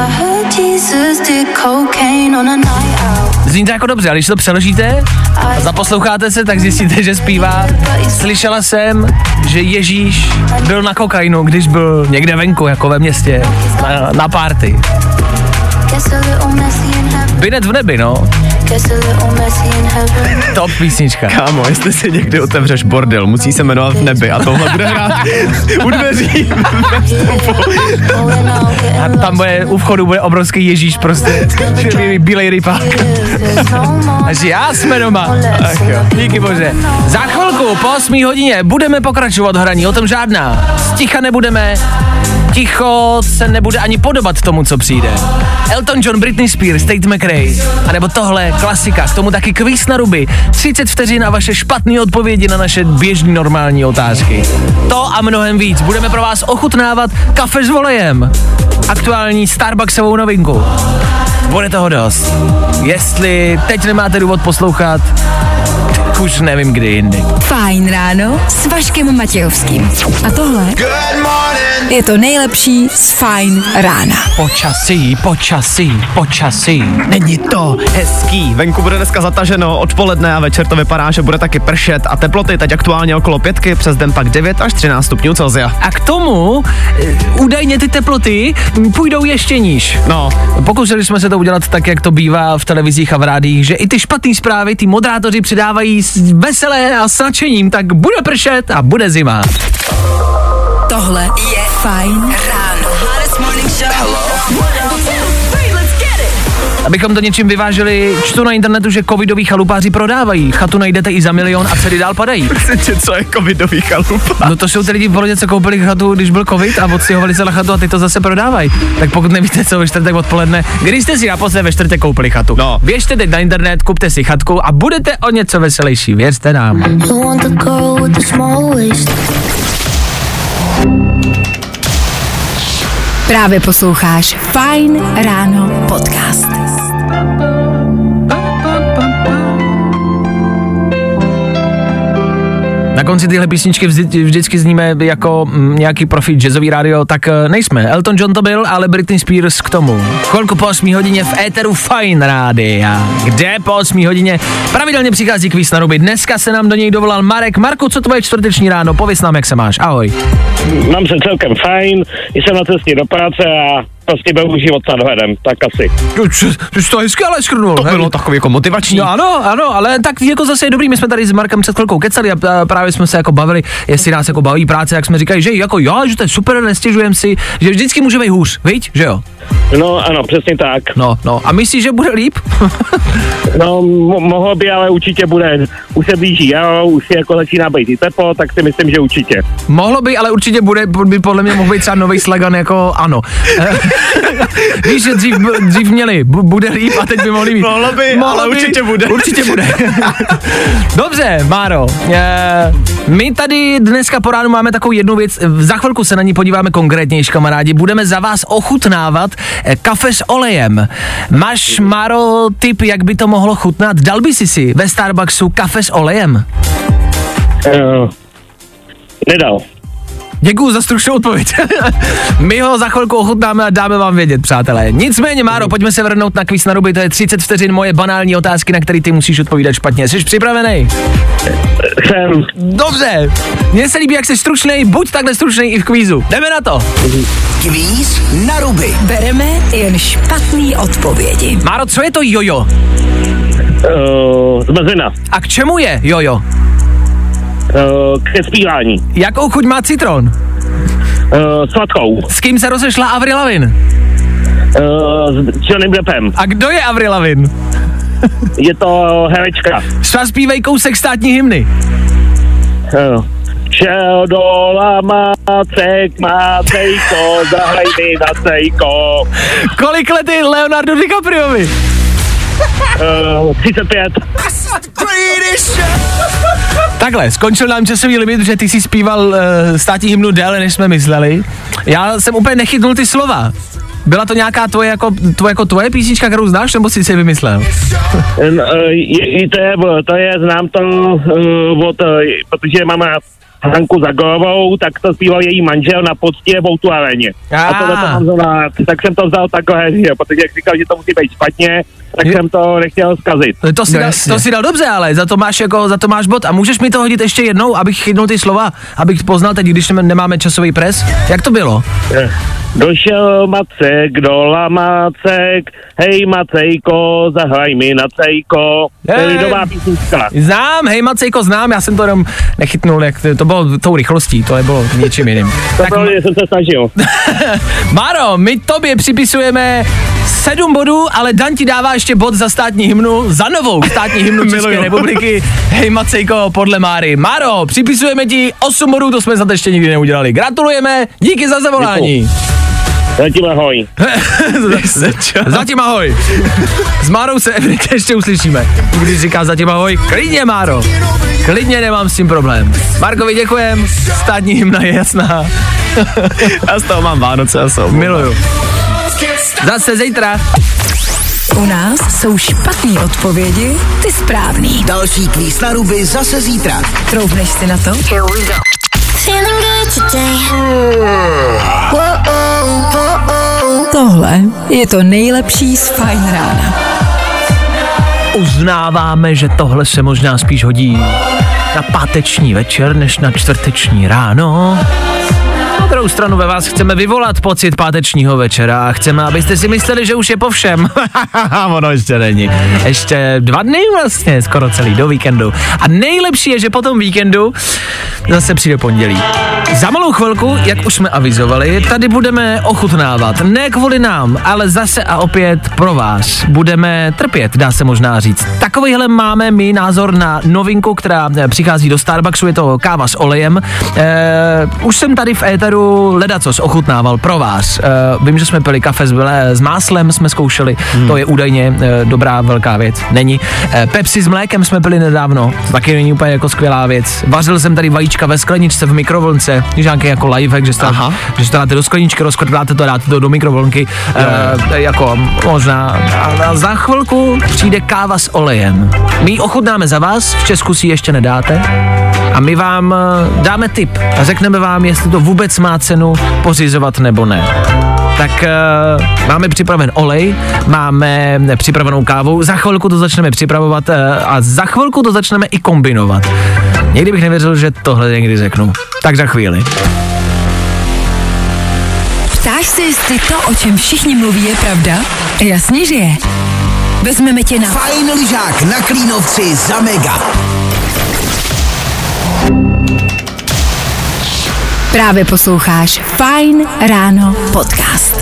Zní to jako dobře, ale když to přeložíte a zaposloucháte se, tak zjistíte, že zpívá. Slyšela jsem, že Ježíš byl na kokainu, když byl někde venku, jako ve městě, na, na party. Binec v nebi, no. Top písnička. Kámo, jestli si někdy otevřeš bordel, musí se jmenovat v nebi a tohle bude hrát u dveří. A tam bude, u vchodu bude obrovský Ježíš prostě, bílej rypák. Až já jsme doma. Ach jo, díky bože. Za chvilku, po osmé hodině, budeme pokračovat hraní, o tom žádná. Sticha nebudeme, ticho se nebude ani podobat tomu, co přijde. Elton John, Britney Spears, Tate McRae, anebo tohle klasika, k tomu taky kvíz na ruby, třicet vteřin a vaše špatné odpovědi na naše běžné normální otázky. To a mnohem víc, budeme pro vás ochutnávat kafe s volejem, aktuální Starbucksovou novinku. Bude toho dost. Jestli teď nemáte důvod poslouchat, tak už nevím kdy jindy. Fajn ráno s Vaškem Matějovským. A tohle je to nejlepší z Fajn rána. Počasí, počasí, počasí. Není to hezký. Venku bude dneska zataženo odpoledne a večer to vypadá, že bude taky pršet a teploty teď aktuálně okolo pětky, přes den pak devět až třináct stupňů Celsia. A k tomu e, údajně ty teploty půjdou ještě níž. No. Pokusili jsme se to udělat tak, jak to bývá v televizích a v rádiích, že i ty špatné zprávy, ty moderátoři přidávají s veselé a s nadšením, tak bude pršet a bude zima. Tohle je Fajn ráno. Abychom to něčím vyvážili, čtu na internetu, že covidoví chalupáři prodávají. Chatu najdete i za milion a ceny dál padají. Co je covidový chalupa? No to jsou ty lidi v Bolodě, co koupili chatu, když byl covid a odstěhovali se na chatu a ty to zase prodávají. Tak pokud nevíte, co ve čtvrtek odpoledne, když jste si naposled ve čtvrtek koupili chatu, no. Běžte teď na internet, kupte si chatku a budete o něco veselější, věřte nám. Právě posloucháš Fajn ráno podcast. Na konci tyhle písničky vždy, vždycky zníme jako m, nějaký profil jazzový rádio, tak uh, nejsme. Elton John to byl, ale Britney Spears k tomu. Chvilku po osmé hodině v éteru Fajn rádia, kde po osmé hodině pravidelně přichází kvíz na ruby. Dneska se nám do něj dovolal Marek. Marku, co to je čtvrteční ráno? Pověz nám, jak se máš. Ahoj. Mám se celkem fajn, jsem na cestě do práce a prostě byl život s nadhledem, tak asi. Ty jsi to hezky ale skrnul. To bylo takový jako motivační. No ano, ano, ale tak jako zase je dobrý, my jsme tady s Markem před chvilkou kecali a právě jsme se jako bavili, jestli nás jako baví práce, jak jsme říkali, že jako jo, že to je super, nestěžujeme si, že vždycky může být hůř, viď, že jo? No ano, přesně tak. No, no, a myslíš, že bude líp? No, mo- mohlo by, ale určitě bude. Už se blíží, jo, už je jako začíná být i teplo, tak si myslím, že určitě. Mohlo by, ale určitě bude, by podle mě mohl být třeba nový slogan jako ano. Víš, že dřív, dřív měli, bude líp a teď by mohli být. Mohlo by, mohlo ale by, určitě bude. Určitě bude. Dobře, Máro, e, my tady dneska po ránu máme takovou jednu věc, za chvilku se na ní podíváme konkrétnější, kamarádi, budeme za vás ochutnávat kafe s olejem. Máš, Máro, tip, jak by to mohlo chutnat? Dal by si si ve Starbucksu kafe s olejem? Uh, nedal. Děkuju za stručnou odpověď. My ho za chvilku ochutnáme a dáme vám vědět, přátelé. Nicméně, Máro, pojďme se vrhnout na kvíz na ruby, to je třicet vteřin moje banální otázky, na které ty musíš odpovídat špatně. Jsi připravený? Jsem. Dobře. Mně se líbí, jak jsi stručnej, buď takhle stručnej i v kvízu. Jdeme na to. Kvíz na ruby. Bereme jen špatný odpovědi. Máro, co je to jojo? Uh, zmrzlina. A k čemu je jojo? Uh, k zpívání. Jakou chuť má citron? Uh, sladkou. S kým se rozešla Avril Lavigne? Uh, s Johnnym Deppem. A kdo je Avril Lavigne? Je to herečka. Zpívej kousek státní hymny. Uh, šel do Lamácek, Mácejko, zahraj mi na cejko. Kolik let je Leonardo DiCapriovi? Uh, třicet pět. Takhle, skončil nám časový limit, že ty jsi zpíval uh, státní hymnu déle, než jsme mysleli. Já jsem úplně nechytnul ty slova. Byla to nějaká tvoje jako, tvoje, jako tvoje písnička, kterou znáš, nebo jsi si vymyslel? Uh, je, to, je, to je, znám to uh, od, uh, protože mám Hanku Zagorovou, tak to zpíval její manžel na poctě v Outu aréně. A tohle to mám znamená, tak jsem to vzal takhle, protože jak říkal, že to musí být špatně, tak je. jsem to nechtěl zkazit. To si, no, dal, to si dal dobře, ale za to máš jako, za to máš bod. A můžeš mi to hodit ještě jednou, abych chytnul ty slova, abych poznal teď, když nemáme časový pres? Jak to bylo? Došel Macek do Lamácek, hej Macejko, zahraj mi na cejko. To je lidová písnička. Znám, hej Macejko, znám, já jsem to jenom nechytnul, jak to, to bylo tou rychlostí, to bylo něčím jiným. To tak, bylo, že jsem se snažil. Máro, my tobě připisujeme sedm bodů, ale Dan ti dává ještě bod za státní hymnu, za novou státní hymnu České republiky. Hej Macejko, podle Máry. Máro, připisujeme ti osm bodů, to jsme za to ještě nikdy neudělali. Gratulujeme, díky za zavolání. Děkuju. Zatím ahoj. Zatím ahoj. S Márou se evidentně ještě uslyšíme. Když říká zatím ahoj, klidně Máro. Klidně, nemám s tím problém. Markovi děkujem, státní hymna je jasná. Já z toho mám Vánoce a jsou. Miluju. Zase zítra. U nás jsou špatné odpovědi, ty správný. Další kvíz na ruby zase zítra. Troufneš si na to? Here we go. Tohle je to nejlepší z Fajn rána. Uznáváme, že tohle se možná spíš hodí na páteční večer, než na čtvrteční ráno. Na druhou stranu ve vás chceme vyvolat pocit pátečního večera a chceme, abyste si mysleli, že už je po všem. Ono ještě není. Ještě dva dny vlastně, skoro celý, do víkendu. A nejlepší je, že po tom víkendu zase přijde pondělí. Za malou chvilku, jak už jsme avizovali, tady budeme ochutnávat. Ne kvůli nám, ale zase a opět pro vás. Budeme trpět, dá se možná říct. Takovýhle máme my názor na novinku, která přichází do Starbucksu, je to káva s olejem. E, už jsem tady v éteru ledacos ochutnával pro vás. E, vím, že jsme pili kafe s, s máslem, jsme zkoušeli, hmm. to je údajně e, dobrá velká věc. Není. E, Pepsi s mlékem jsme pili nedávno, to taky není úplně jako skvělá věc. Vařil jsem tady vajíčka ve skleničce v mikrovlnce, funguje. Když nějaký jako lifehack, že, stav, že to dáte do skleničky, rozkvrdáte to, dáte to do mikrovlnky, e, jako možná. A za chvilku přijde káva s olejem. My ji ochutnáme za vás, v Česku si ji ještě nedáte. A my vám dáme tip a řekneme vám, jestli to vůbec má cenu pořizovat nebo ne. Tak uh, máme připraven olej, máme připravenou kávu, za chvilku to začneme připravovat uh, a za chvilku to začneme i kombinovat. Někdy bych nevěřil, že tohle někdy řeknu. Tak za chvíli. Ptáš se, jestli to, o čem všichni mluví, je pravda? Jasně, že je. Vezmeme tě na Fajn lyžák na Klínovci za mega. Právě posloucháš Fajn ráno podcast.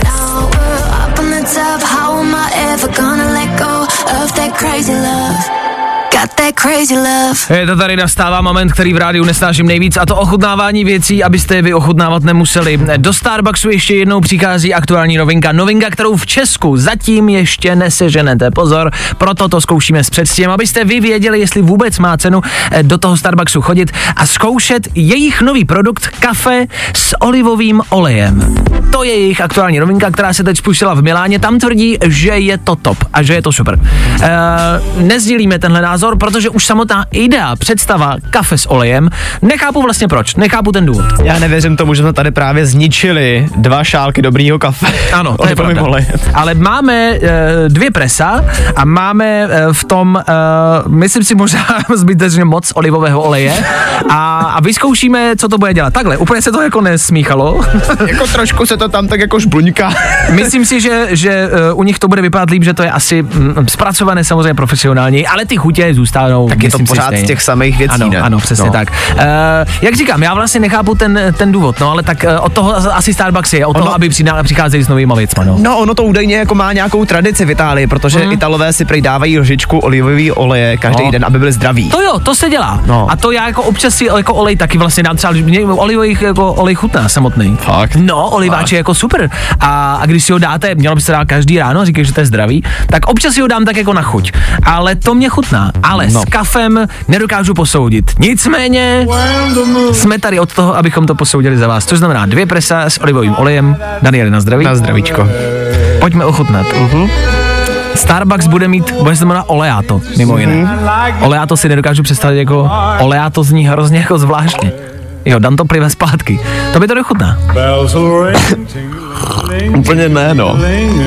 Je to tady nastává moment, který v rádiu nesnáším nejvíc, a to ochutnávání věcí, abyste je vy ochutnávat nemuseli. Do Starbucksu ještě jednou přichází aktuální novinka. Novinka, kterou v Česku zatím ještě neseženete. Pozor, proto to zkoušíme s předstihem, abyste vy věděli, jestli vůbec má cenu do toho Starbucksu chodit a zkoušet jejich nový produkt kafe s olivovým olejem. To je jejich aktuální novinka, která se teď spustila v Miláně. Tam tvrdí, že je to top a že je to super. E, nezdílíme tenhle názor, protože už samotná idea, představa kafe s olejem, nechápu vlastně proč, nechápu ten důvod. Já nevěřím tomu, že jsme tady právě zničili dva šálky dobrýho kafe. Ano, to je pravda. Ale máme e, dvě presa a máme e, v tom, e, myslím si možná zbytečně moc olivového oleje a, a vyzkoušíme, co to bude dělat. Takhle, úplně se to jako nesmíchalo. Jako trošku se to tam tak jako žbluňká. Myslím si, že, že uh, u nich to bude vypadat líp, že to je asi mm, zpracované samozřejmě profesionálně, ale ty chutě zůstanou. Tak je to pořád z těch samých věcí, ano, ne? Ano, přesně no. tak. Uh, jak říkám, já vlastně nechápu ten, ten důvod, no ale tak uh, od toho asi Starbucks je, od ono, toho, aby přicházeli s novýma věcma, no. No, ono to údajně jako má nějakou tradici v Itálii, protože mm. Italové si prý dávají lžičku olivový oleje každý no. den, aby byli zdraví. To jo, to se dělá. No. A to já jako občas si jako olej taky vlastně dám, třeba olivový jako olej chutná samotný. Fakt? No, oliváč je jako super. A, a když si ho dáte, mělo by se dát každý ráno, říkají, že to je zdravý, tak občas si ho dám tak jako na chuť. Ale to mě chutná. Ale no. s kafem nedokážu posoudit. Nicméně jsme tady od toho, abychom to posoudili za vás. Což znamená dvě presa s olivovým olejem. Danieli, na zdraví. Na zdravíčko. Pojďme ochutnat. Uh-huh. Starbucks bude mít, bude se jmenovat Oleato, mimo jiné. Mm-hmm. Oleato si nedokážu představit jako, Oleato zní hrozně jako zvláštně. Jo, dám to plive zpátky. To by to nechutná. Úplně ne, no.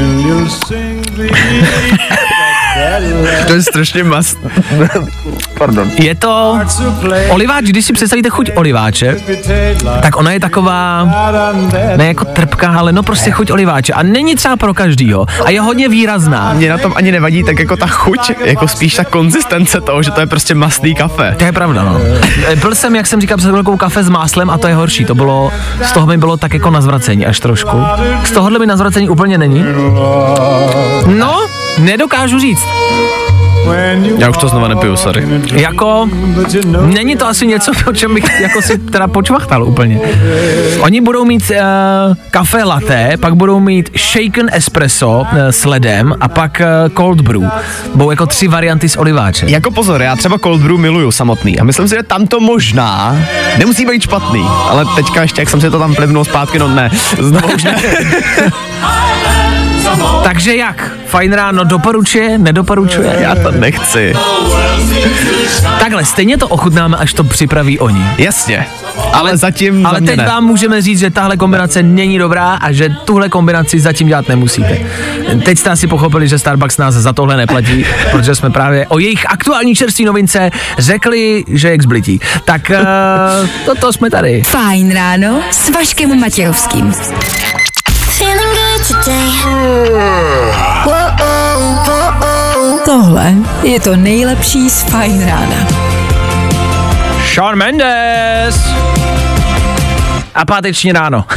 To je strašně mast. Pardon. Je to oliváč, když si představíte chuť oliváče, tak ona je taková, ne jako trpká, ale no prostě chuť oliváče. A není třeba pro každýho. A je hodně výrazná. Mně na tom ani nevadí tak jako ta chuť, jako spíš ta konzistence toho, že to je prostě mastný kafe. To je pravda, no. Byl jsem, jak jsem říkal, před velkou kafe s máslem a to je horší. To bylo, z toho mi bylo tak jako na zvracení až trošku. Z tohohle mi na zvracení úplně není. No, nedokážu říct. Já už to znova nepiju, sorry. Jako, není to asi něco, o čem bych jako si teda počvachtal úplně. Oni budou mít uh, kafe latte, pak budou mít shaken espresso uh, s ledem a pak uh, cold brew. Budou jako tři varianty z oliváče. Jako pozor, já třeba cold brew miluju samotný a myslím si, že tam to možná nemusí být špatný, ale teďka ještě, jak jsem si to tam plivnul zpátky, no ne, znovu už ne. Takže jak? Fajn ráno doporučuje, nedoporučuje? Já to nechci. Takhle, stejně to ochutnáme, až to připraví oni. Jasně. Ale zatím Ale teď ne. vám můžeme říct, že tahle kombinace není dobrá a že tuhle kombinaci zatím dělat nemusíte. Teď jste asi pochopili, že Starbucks nás za tohle neplatí, protože jsme právě o jejich aktuální čerství novince řekli, že je k zblití. Tak uh, toto jsme tady. Fajn ráno s Vaškem Matějovským. Tohle je to nejlepší z Fajn rána. Shawn Mendes! A páteční ráno. Ha!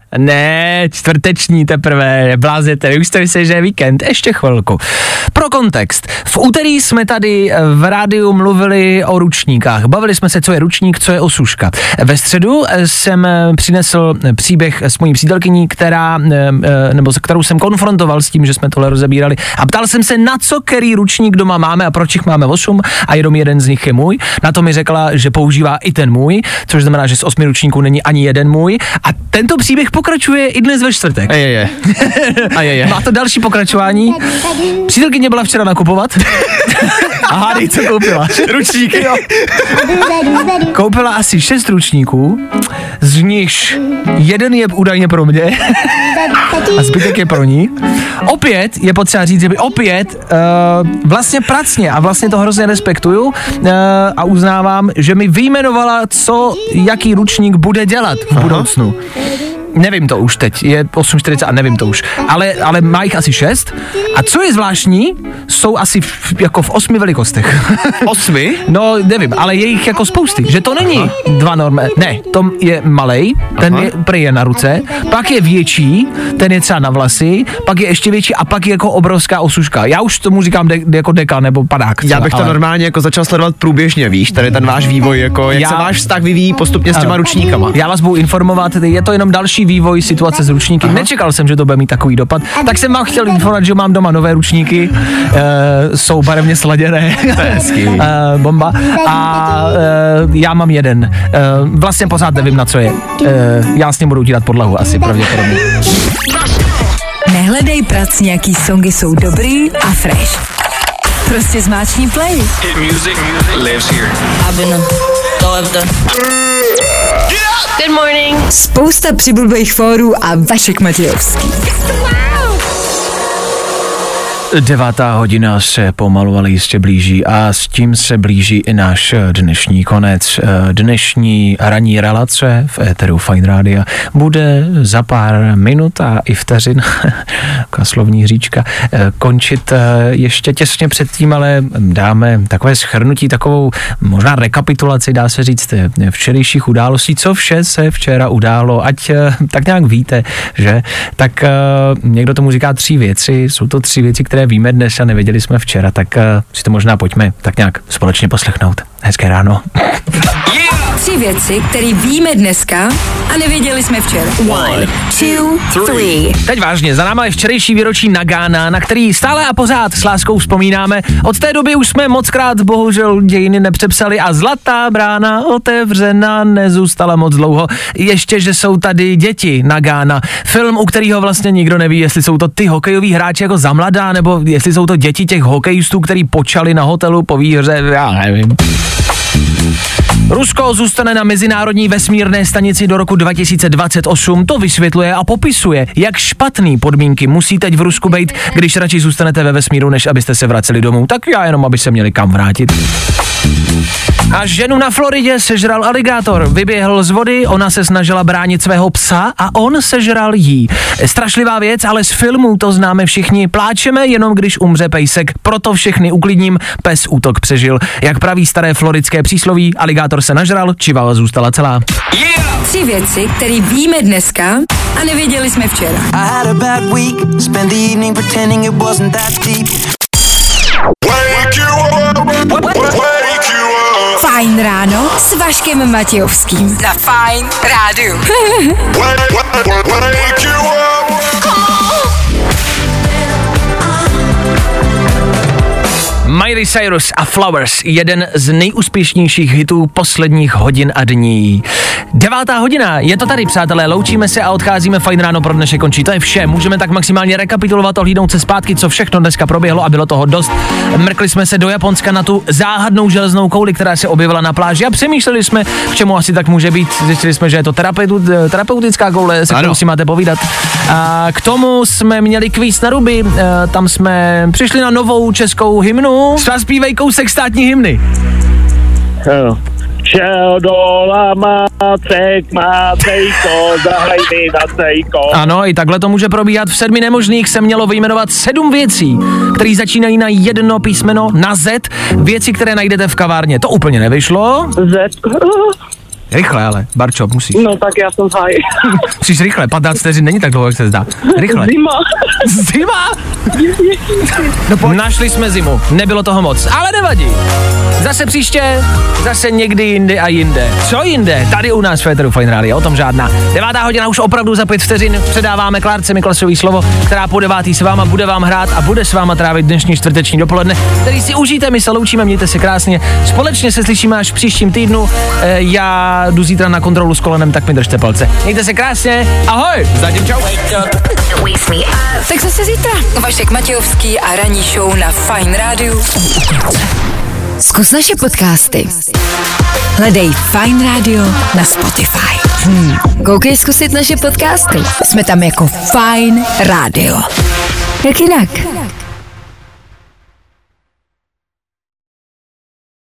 Ne, čtvrteční teprve, blázněte, už jste mysleli, že je víkend, ještě chvilku. Pro kontext, v úterý jsme tady v rádiu mluvili o ručníkách, bavili jsme se, co je ručník, co je osuška. Ve středu jsem přinesl příběh s mojí přítelkyní, která, nebo s kterou jsem konfrontoval s tím, že jsme tohle rozebírali a ptal jsem se, na co který ručník doma máme a proč jich máme osm a jenom jeden z nich je můj. Na to mi řekla, že používá i ten můj, což znamená, že z osmi ručníků není ani jeden můj a tento příběh pokračuje i dnes ve čtvrtek. Je, je. A je, je. Má to další pokračování. Přítelkyně byla včera nakupovat. A hádej, co koupila? Ručníky. Jo. Koupila asi šest ručníků, z nichž jeden je údajně pro mě a zbytek je pro ní. Opět je potřeba říct, že by opět uh, vlastně pracně a vlastně to hrozně respektuju uh, a uznávám, že mi vyjmenovala, co, jaký ručník bude dělat v budoucnu. Nevím to už teď, je osm čtyřicet a nevím to už, ale, ale má jich asi šest a co je zvláštní, jsou asi v, jako v osmi velikostech. Osmi? No nevím, ale je jich jako spousty, že to není Aha. dva normé, ne, to je malej, ten Aha. je prý je na ruce, pak je větší, ten je třeba na vlasy, pak je ještě větší a pak je jako obrovská osuška. Já už tomu říkám de, jako deka nebo padák. Třeba, Já bych to ale... normálně jako začal sledovat průběžně, víš, tady ten váš vývoj, jako jak já... se váš vztah vyvíjí postupně s těma ano. ručníkama. Já vás budu informovat, je to jenom další vývoj situace s ručníky. Aha. Nečekal jsem, že to bude mít takový dopad, tak jsem vám chtěl informovat, že mám doma nové ručníky, e, jsou barevně sladěné, e, bomba, a e, já mám jeden. E, vlastně pořád nevím, na co je. E, já s ním budu udělat podlahu asi pravděpodobně. Nehledej pracňaký songy jsou dobrý a fresh. Prostě zmáčkni play. Hit music lives here. Good morning. Spousta přibulbých fórů a Vašek Matějovský. Devátá hodina se pomalu, ale jistě blíží a s tím se blíží i náš dnešní konec. Dnešní ranní relace v éteru Fine Rádia bude za pár minut a i vteřin, slovní hříčka, končit ještě těsně předtím, ale dáme takové shrnutí, takovou možná rekapitulaci, dá se říct, včerejších událostí, co vše se včera událo, ať tak nějak víte, že? Tak někdo tomu říká tři věci, jsou to tři věci, které víme dnes a nevěděli jsme včera, tak uh, si to možná pojďme tak nějak společně poslechnout. Hezké ráno. Yeah! Tři věci, které víme dneska a nevěděli jsme včera. One, two, three. Teď vážně, za náma je včerejší výročí Nagána, na který stále a pořád s láskou vzpomínáme. Od té doby už jsme mockrát bohužel dějiny nepřepsali a zlatá brána otevřena nezůstala moc dlouho. Ještě, že jsou tady děti Nagána. Film, u kterého vlastně nikdo neví, jestli jsou to ty hokejoví hráči jako za mladá, nebo jestli jsou to děti těch hokejistů, který počali na hotelu po výhře, já nevím. Rusko zůstane na mezinárodní vesmírné stanici do roku dva tisíce dvacet osm. To vysvětluje a popisuje, jak špatný podmínky musí teď v Rusku být, když radši zůstanete ve vesmíru, než abyste se vraceli domů. Tak já jenom, aby se měli kam vrátit. A ženu na Floridě sežral aligátor. Vyběhl z vody, ona se snažila bránit svého psa a on sežral jí. Strašlivá věc, ale z filmů to známe všichni. Pláčeme jenom, když umře pejsek. Proto všechny uklidním, pes útok přežil. Jak praví staré floridské přísloví, aligátor se nažral, čivava zůstala celá. Yeah! Tři věci, které víme dneska a nevěděli jsme včera. Fajn ráno s Vaškem Matějovským. Na Fajn rádiu. Miley Cyrus a Flowers, jeden z nejúspěšnějších hitů posledních hodin a dní. Devátá hodina, je to tady, přátelé, loučíme se a odcházíme. Fajn ráno pro dnešek končí, to je vše. Můžeme tak maximálně rekapitulovat, ohlídnout se zpátky, co všechno dneska proběhlo a bylo toho dost. Mrkli jsme se do Japonska na tu záhadnou železnou kouli, která se objevila na pláži a přemýšleli jsme, k čemu asi tak může být. Zjistili jsme, že je to terapeutu, terapeutická koule, se kterou si máte povídat. A k tomu jsme měli kvíz na ruby, tam jsme přišli na novou českou hymnu. Zpívej kousek státní hymny. Šel do Lamácek, Mácejko, zahraj mi na cejko. Ano, i takhle to může probíhat. V sedmi nemožných se mělo vyjmenovat sedm věcí, které začínají na jedno písmeno, na Z. Věci, které najdete v kavárně. To úplně nevyšlo. Z. Rychle ale, Barčo, musíš. No tak já jsem v háji. Musíš rychle, patnáct vteřin není tak dlouho, jak se zdá. Rychle. Zima. Zima? No pojď. Našli jsme zimu, nebylo toho moc, ale nevadí. Zase příště, zase někdy jindy a jinde. Co jinde? Tady u nás v Féteru Fajn Rádia, o tom žádná. Devátá hodina už opravdu za pět vteřin předáváme Klárce Miklasový slovo, která po devátý s váma bude vám hrát a bude s váma trávit dnešní čtvrteční dopoledne, který si užijte, my se loučíme, mějte se krásně. Společně se slyšíme až v příštím týdnu. E, já jdu zítra na kontrolu s kolenem, tak mi držte palce. Mějte se krásně, ahoj! Zatím čau! Tak zase zítra. Vašek Matějovský a ranní show na Fajn rádiu. Zkus naše podcasty. Hledej Fajn rádio na Spotify. Hmm. Koukej zkusit naše podcasty. Jsme tam jako Fajn rádio. Jak jinak?